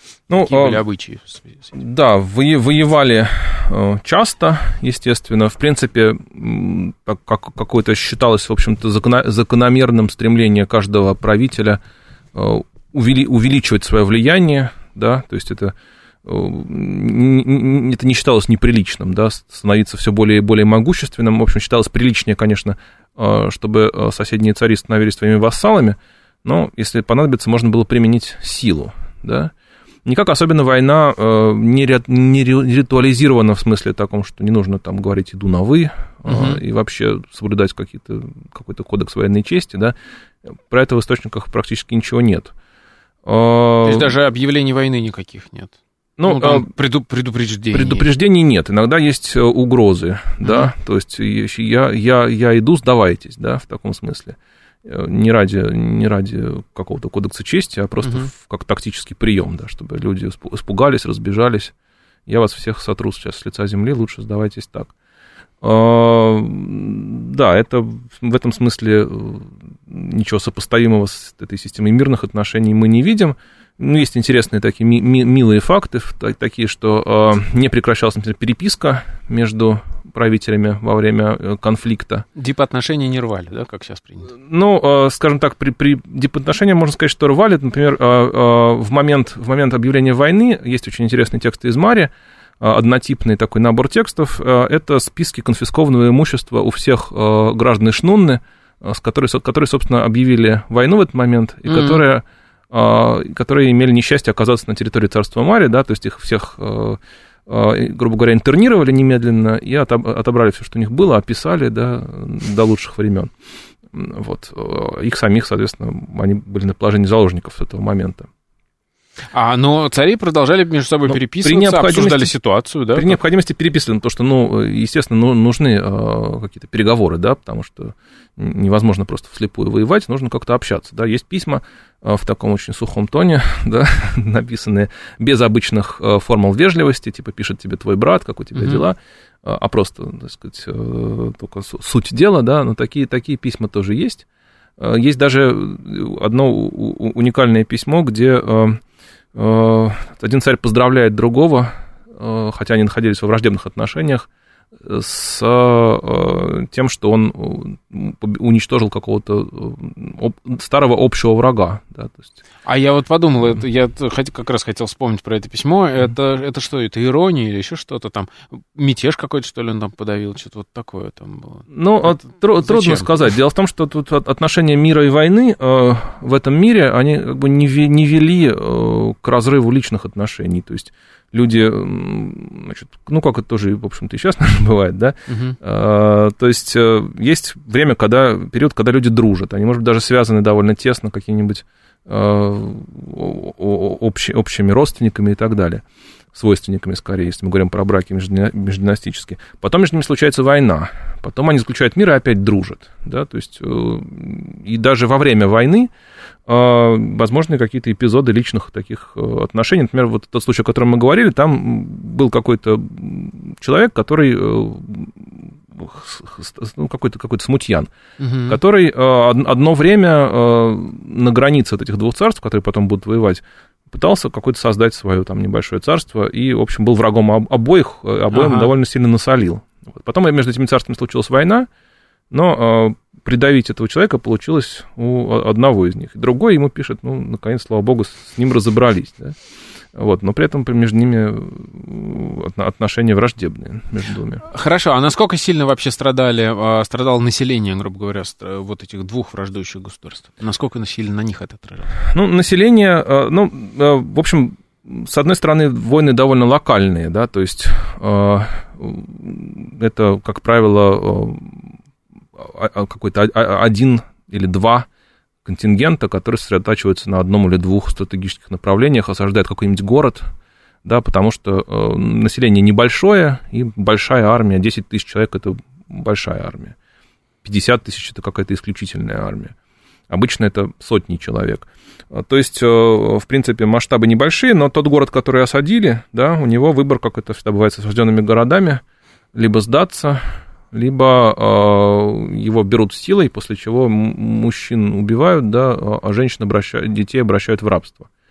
Ну, какие были обычаи? Да, воевали часто, естественно. В принципе, как, какое-то считалось, в общем-то, закономерным стремление каждого правителя увеличивать свое влияние, да, то есть это, это не считалось неприличным, да, становиться все более и более могущественным. В общем, считалось приличнее, конечно, чтобы соседние цари становились своими вассалами, но если понадобится, можно было применить силу, да. Никак особенно война э, не, ре, не ритуализирована в смысле таком, что не нужно там говорить «иду на вы», uh-huh. э, и вообще соблюдать какие-то, какой-то кодекс военной чести, да, про это в источниках практически ничего нет. То есть даже объявлений войны никаких нет? Ну, ну там преду, предупреждений. Предупреждений нет, иногда есть угрозы, uh-huh. да, то есть я, я, я иду, сдавайтесь, да, в таком смысле. Не ради, не ради какого-то кодекса чести, а просто uh-huh. как тактический прием, да, чтобы люди испугались, разбежались. Я вас всех сотру сейчас с лица земли, лучше сдавайтесь так. Да, это в этом смысле ничего сопоставимого с этой системой мирных отношений мы не видим. Ну, есть интересные такие ми- ми- милые факты, такие, что не прекращалась, например, переписка между правителями во время конфликта. Дипотношения не рвали, да, как сейчас принято? Ну, скажем так, при, при дипотношениях можно сказать, что рвали. Например, в момент, в момент объявления войны есть очень интересные тексты из Мари, однотипный такой набор текстов. Это списки конфискованного имущества у всех граждан Ишнунны, с которой, которые, собственно, объявили войну в этот момент, и mm-hmm. которые, которые имели несчастье оказаться на территории царства Мари, да, то есть их всех, грубо говоря, интернировали немедленно и отобрали все, что у них было, описали, да, до лучших времен. Вот. Их самих, соответственно, они были на положении заложников с этого момента. А, но цари продолжали между собой но переписываться, обсуждали ситуацию, да? При необходимости переписывали, потому что, ну, естественно, ну, нужны э, какие-то переговоры, да, потому что невозможно просто вслепую воевать, нужно как-то общаться, да. Есть письма э, в таком очень сухом тоне, да, написанные без обычных э, формул вежливости, типа пишет тебе твой брат, как у тебя mm-hmm. дела, э, а просто, так сказать, э, только суть дела, да, но такие, такие письма тоже есть. Э, есть даже одно уникальное письмо, где... Э, один царь поздравляет другого, хотя они находились во враждебных отношениях, с тем, что он уничтожил какого-то старого общего врага. Да, то есть... А я вот подумал, это, я как раз хотел вспомнить про это письмо, это, это что, это ирония или еще что-то там? Мятеж какой-то, что ли, он там подавил, что-то вот такое там было? Ну, это, тр- трудно сказать. Дело в том, что тут отношения мира и войны э, в этом мире, они как бы не, не вели э, к разрыву личных отношений, то есть люди, значит, ну, как это тоже, в общем-то, и сейчас, наверное, бывает, да, uh-huh. а, то есть есть время, когда, период, когда люди дружат, они, может быть, даже связаны довольно тесно какими-нибудь а, общи, общими родственниками и так далее, свойственниками, скорее, если мы говорим про браки междинастические. Потом между ними случается война, потом они заключают мир и опять дружат, да, то есть и даже во время войны возможны какие-то эпизоды личных таких отношений. Например, вот тот случай, о котором мы говорили, там был какой-то человек, который, ну, какой-то, какой-то смутьян, угу. который одно время на границе от этих двух царств, которые потом будут воевать, пытался какое-то создать свое там небольшое царство и, в общем, был врагом обоих, обоим ага. довольно сильно насолил. Потом между этими царствами случилась война, но придавить этого человека получилось у одного из них. Другой ему пишет, ну, наконец, слава богу, с ним разобрались, да? Вот, но при этом между ними отношения враждебные между двумя. Хорошо, а насколько сильно вообще страдали, страдало население, грубо говоря, вот этих двух враждующих государств? Насколько сильно на них это отражалось? Ну, население, ну, в общем, с одной стороны, войны довольно локальные, да, то есть это, как правило, какой-то один или два контингента, которые сосредотачиваются на одном или двух стратегических направлениях, осаждают какой-нибудь город, да, потому что э, население небольшое и большая армия, десять тысяч человек – это большая армия, пятьдесят тысяч – это какая-то исключительная армия, обычно это сотни человек. То есть, э, в принципе, масштабы небольшие, но тот город, который осадили, да, у него выбор, как это всегда бывает с осажденными городами, либо сдаться, либо э, его берут силой, после чего мужчин убивают, да, а женщин обращают, детей обращают в рабство.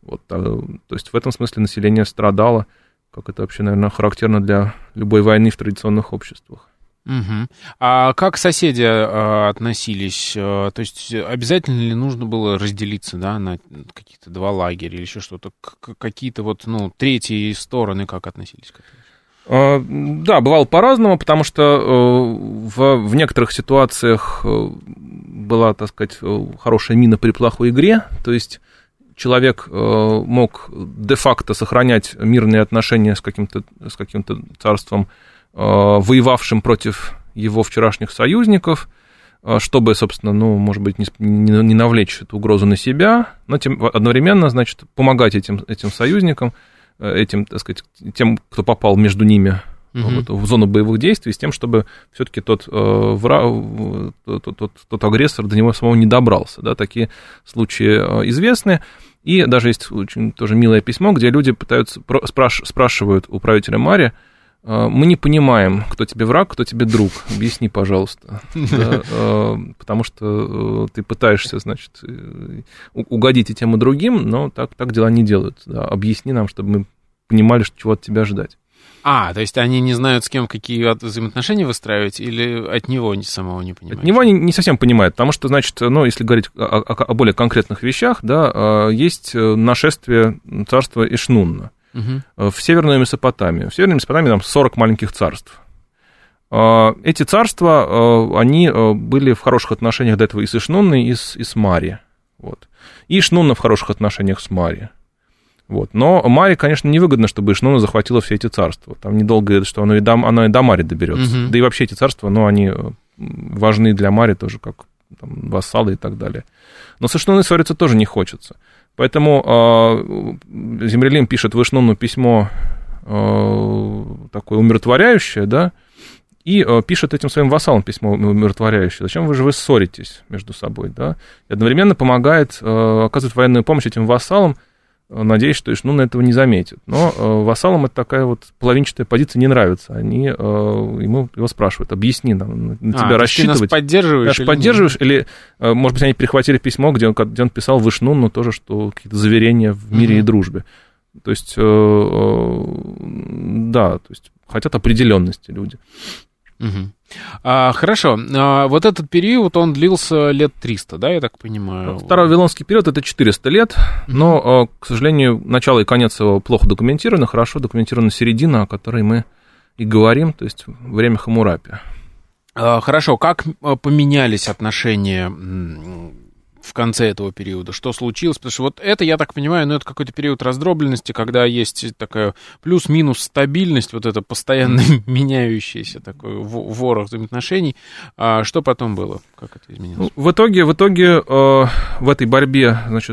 Вот, то есть в этом смысле население страдало, как это вообще, наверное, характерно для любой войны в традиционных обществах. Угу. А как соседи а, относились? А, то есть обязательно ли нужно было разделиться, да, на какие-то два лагеря или еще что-то? К- какие-то вот, ну, третьи стороны как относились к этому? А, да, бывало по-разному, потому что в, в некоторых ситуациях была, так сказать, хорошая мина при плохой игре, то есть человек мог де-факто сохранять мирные отношения с каким-то, с каким-то царством, воевавшим против его вчерашних союзников, чтобы, собственно, ну, может быть, не, не навлечь эту угрозу на себя, но тем, одновременно, значит, помогать этим, этим союзникам, этим, так сказать, тем, кто попал между ними uh-huh. вот, в зону боевых действий, с тем, чтобы все-таки тот, э, враг, тот, тот, тот агрессор до него самого не добрался. Да, такие случаи э, известны. И даже есть очень тоже милое письмо, где люди пытаются, спраш, спрашивают у правителя Мари: мы не понимаем, кто тебе враг, кто тебе друг. Объясни, пожалуйста. Да, потому что ты пытаешься, значит, угодить и тем, и другим, но так, так дела не делаются. Да. Объясни нам, чтобы мы понимали, чего от тебя ждать. А, то есть они не знают, с кем какие взаимоотношения выстраивать, или от него самого не понимают? От него они не совсем понимают, потому что, значит, ну, если говорить о, о, о более конкретных вещах, да, есть нашествие царства Ишнунна угу. в Северную Месопотамию. В Северной Месопотамии там сорок маленьких царств. Эти царства, они были в хороших отношениях до этого и с Ишнунной, и с, и с Мари. Вот. И Ишнунна в хороших отношениях с Мари. Вот. Но Маре, конечно, невыгодно, чтобы Ишнунна захватила все эти царства. Там недолго, что оно и до, оно и до Мари доберется. Угу. Да и вообще эти царства, ну, они важны для Мари тоже, как там, вассалы и так далее. Но с Ишнунной ссориться тоже не хочется. Поэтому э, Земрелим пишет в Ишнунну письмо э, такое умиротворяющее, да, и э, пишет этим своим вассалам письмо умиротворяющее. Зачем вы же вы ссоритесь между собой, да? И одновременно помогает, э, оказывает военную помощь этим вассалам, надеюсь, что Ишнунна этого не заметит. Но э, вассалам это такая вот половинчатая позиция не нравится. Они э, ему, его спрашивают: объясни нам, на тебя а, рассчитывать. Ты нас поддерживаешь? Или поддерживаешь? Нет? Или, э, может быть, они перехватили письмо, где он, где он писал в Ишнунну тоже, что какие-то заверения в мире угу. и дружбе. То есть, э, э, да, то есть хотят определенности люди. Угу. А, хорошо, а, вот этот период, он длился лет триста, да, я так понимаю? Второй Вавилонский период — это четыреста лет, но, к сожалению, начало и конец его плохо документированы, хорошо документирована середина, о которой мы и говорим, то есть время Хаммурапи. А, хорошо, как поменялись отношения в конце этого периода? Что случилось? Потому что вот это, я так понимаю, ну, это какой-то период раздробленности, когда есть такая плюс-минус стабильность, вот это постоянно меняющееся такой ворох взаимоотношений. А что потом было? Как это изменилось? В итоге, в итоге э, в этой борьбе, значит,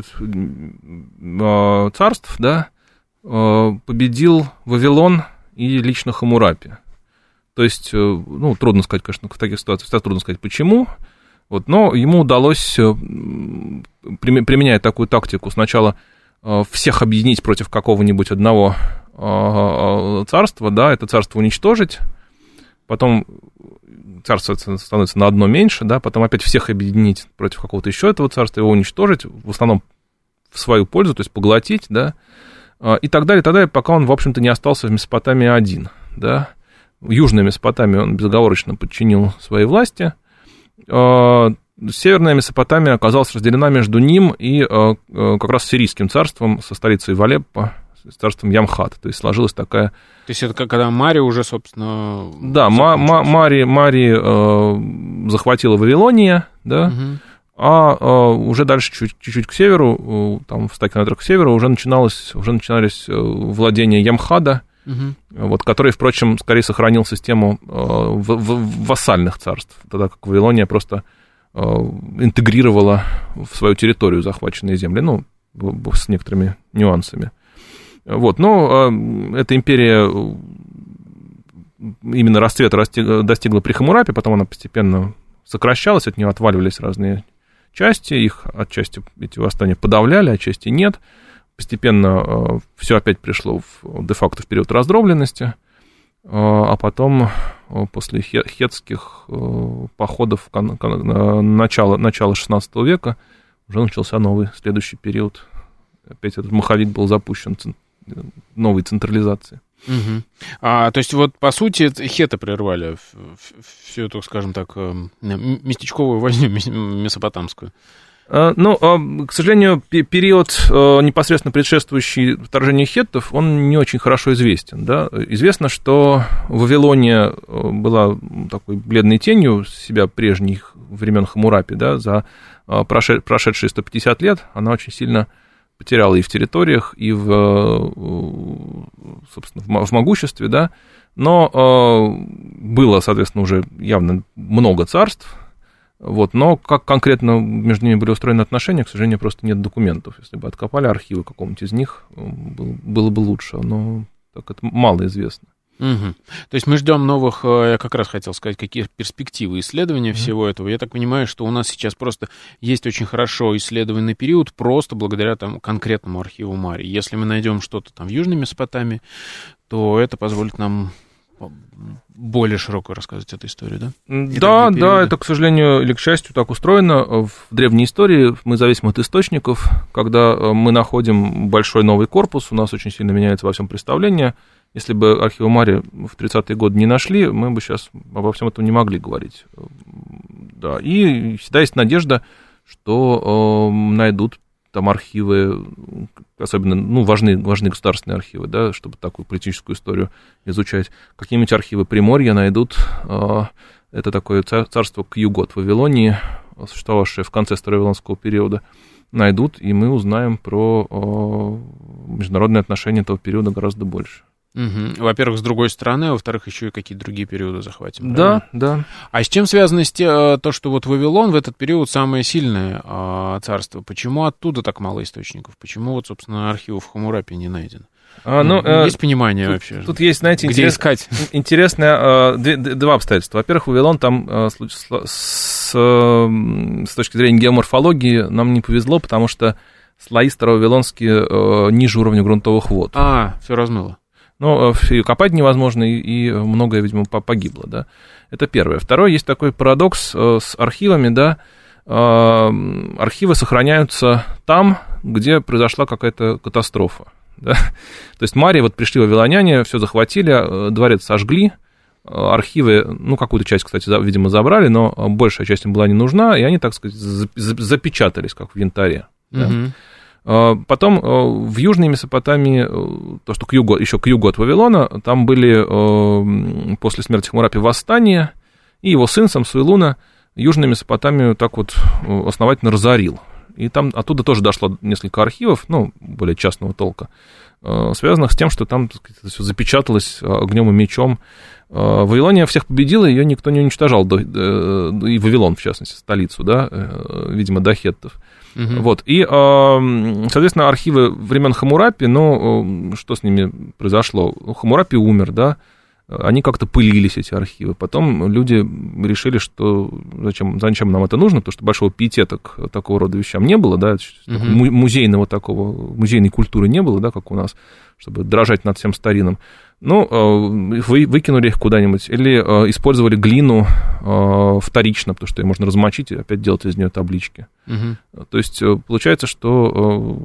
э, царств, да, э, победил Вавилон и лично Хаммурапи. То есть, э, ну, трудно сказать, конечно, в таких ситуациях трудно сказать, почему. Вот, но ему удалось, применяя такую тактику, сначала всех объединить против какого-нибудь одного царства, да, это царство уничтожить, потом царство становится на одно меньше, да, потом опять всех объединить против какого-то еще этого царства, его уничтожить, в основном в свою пользу, то есть поглотить, да, и так далее, и так далее, пока он, в общем-то, не остался в Месопотамии один, да. В Южной Месопотамии он безоговорочно подчинил своей власти. Северная Месопотамия оказалась разделена между ним и как раз Сирийским царством со столицей в Алеппо, с царством Ямхат. То есть сложилась такая... То есть это когда Мари уже, собственно... Да, Мари, Мари э, захватила Вавилония, да, угу. а э, уже дальше чуть, чуть-чуть к северу, там в ста километрах к северу уже, начиналось, уже начинались владения Ямхада, угу. вот, который, впрочем, скорее сохранил систему э, в, в, вассальных царств, тогда как Вавилония просто э, интегрировала в свою территорию захваченные земли, ну, с некоторыми нюансами. Вот, но э, эта империя именно расцвета достигла при Хаммурапи, потом она постепенно сокращалась, от нее отваливались разные части, их отчасти эти восстания подавляли, отчасти нет. Постепенно э, все опять пришло в, де-факто в период раздробленности, э, а потом э, после хеттских э, походов кон, кон, начала, начала шестнадцатого века уже начался новый следующий период опять этот маховик был запущен новой централизации. Угу. А, то есть вот, по сути, хетты прервали всю эту, скажем так, местечковую возню месопотамскую. Ну, к сожалению, период, непосредственно предшествующий вторжению хеттов, он не очень хорошо известен. Да? Известно, что Вавилония была такой бледной тенью себя прежних времен Хаммурапи, да, за прошедшие сто пятьдесят лет она очень сильно потеряла и в территориях, и в, собственно, в могуществе, да, но было, соответственно, уже явно много царств. Вот, но как конкретно между ними были устроены отношения, к сожалению, просто нет документов. Если бы откопали архивы какого-нибудь из них, было бы лучше, но так это мало известно. Угу. То есть мы ждем новых, я как раз хотел сказать, какие перспективы исследования mm-hmm. всего этого. Я так понимаю, что у нас сейчас просто есть очень хорошо исследованный период, просто благодаря там конкретному архиву Мари. Если мы найдем что-то там в Южной Месопотамии, то это позволит нам более широко рассказывать эту историю, да? И да, да, это, к сожалению, или к счастью, так устроено. В древней истории мы зависим от источников. Когда мы находим большой новый корпус, у нас очень сильно меняется во всем представление. Если бы архивы Мари в тридцатые годы не нашли, мы бы сейчас обо всем этом не могли говорить. Да, и всегда есть надежда, что э, найдут там архивы, особенно, ну, важны, важны государственные архивы, да, чтобы такую политическую историю изучать. Какие-нибудь архивы Приморья найдут. Это такое царство к югу от Вавилонии, существовавшее в конце старовавилонского периода, найдут, и мы узнаем про международные отношения этого периода гораздо больше. Угу. Во-первых, с другой стороны, а во-вторых, еще и какие-то другие периоды захватим. Да, да. А с чем связано то, что вот Вавилон в этот период самое сильное а, царство? Почему оттуда так мало источников? Почему вот, собственно, архивов Хаммурапи не найдено? А, ну, ну, есть понимание тут, вообще? Тут есть, знаете, где интерес, искать? Интересное два обстоятельства. Во-первых, Вавилон там с, с точки зрения геоморфологии нам не повезло, потому что слои старовавилонские ниже уровня грунтовых вод. А, все размыло. Ну, копать невозможно, и, и многое, видимо, погибло, да. Это первое. Второе, есть такой парадокс с архивами, да. Архивы сохраняются там, где произошла какая-то катастрофа, да. То есть Мария, вот пришли вавилоняне, все захватили, дворец сожгли, архивы, ну, какую-то часть, кстати, видимо, забрали, но большая часть им была не нужна, и они, так сказать, запечатались, как в янтаре, да. Mm-hmm. Потом в Южной Месопотамии, то, что к югу, еще к югу от Вавилона, там были после смерти Хаммурапи восстания, и его сын Самсуилуна Южную Месопотамию так вот основательно разорил. И там оттуда тоже дошло несколько архивов, ну, более частного толка, связанных с тем, что там, так сказать, все запечаталось огнем и мечом. Вавилония всех победила, ее никто не уничтожал, и Вавилон, в частности, столицу, да, видимо, до хеттов. Uh-huh. Вот, и, соответственно, архивы времен Хаммурапи, ну, что с ними произошло? Хаммурапи умер, да, они как-то пылились, эти архивы. Потом люди решили, что зачем, зачем нам это нужно, потому что большого пиетета к такого рода вещам не было, да, uh-huh. музейного такого, музейной культуры не было, да, как у нас, чтобы дрожать над всем старинным. Ну, вы выкинули их куда-нибудь или использовали глину вторично, потому что ее можно размочить и опять делать из нее таблички. Угу. То есть получается, что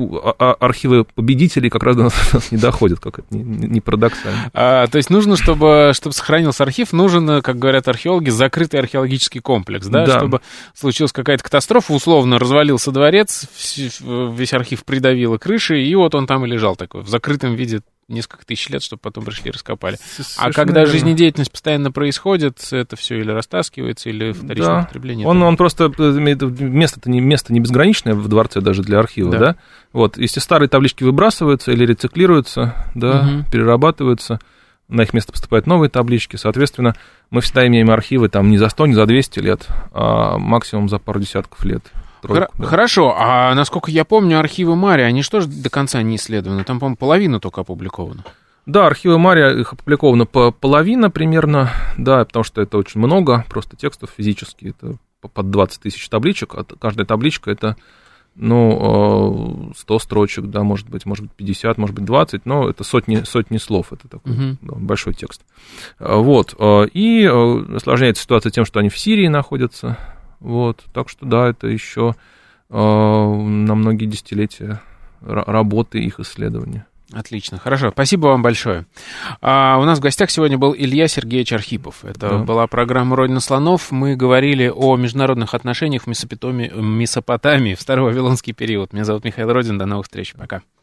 архивы победителей как раз до нас не доходят, как это не парадоксально. А, то есть нужно, чтобы, чтобы сохранился архив, нужен, как говорят археологи, закрытый археологический комплекс, да? Да. Чтобы случилась какая-то катастрофа, условно развалился дворец, весь архив придавило крышей, и вот он там и лежал такой, в закрытом виде, несколько тысяч лет, чтобы потом пришли и раскопали. Совершенно а когда верно. Жизнедеятельность постоянно происходит, это все или растаскивается, или вторичное да. потребление. Он, он просто имеет место-то не, место не безграничное в дворце даже для архива, да. да? Вот, если старые таблички выбрасываются или рециклируются, да, угу. перерабатываются, на их место поступают новые таблички, соответственно, мы всегда имеем архивы там не за сто, не за двести лет, а максимум за пару десятков лет. Тройку, да. Хорошо, а насколько я помню, архивы Мари, они что же до конца не исследованы? Там, по-моему, половина только опубликована. Да, архивы Мари, их опубликовано по половина примерно, да, потому что это очень много, просто текстов физически, это под двадцать тысяч табличек, а каждая табличка это, ну, сто строчек, да, может быть, может быть, пятьдесят, может быть, двадцать, но это сотни, сотни слов, это такой uh-huh. да, большой текст. Вот, и осложняется ситуация тем, что они в Сирии находятся. Вот, так что, да, это еще э, на многие десятилетия работы, их исследования. Отлично, хорошо, спасибо вам большое. А, у нас в гостях сегодня был Илья Сергеевич Архипов. Это да. была программа «Родина слонов». Мы говорили о международных отношениях в Месопотамии, Месопотамии в старовавилонский период. Меня зовут Михаил Родин, до новых встреч, пока.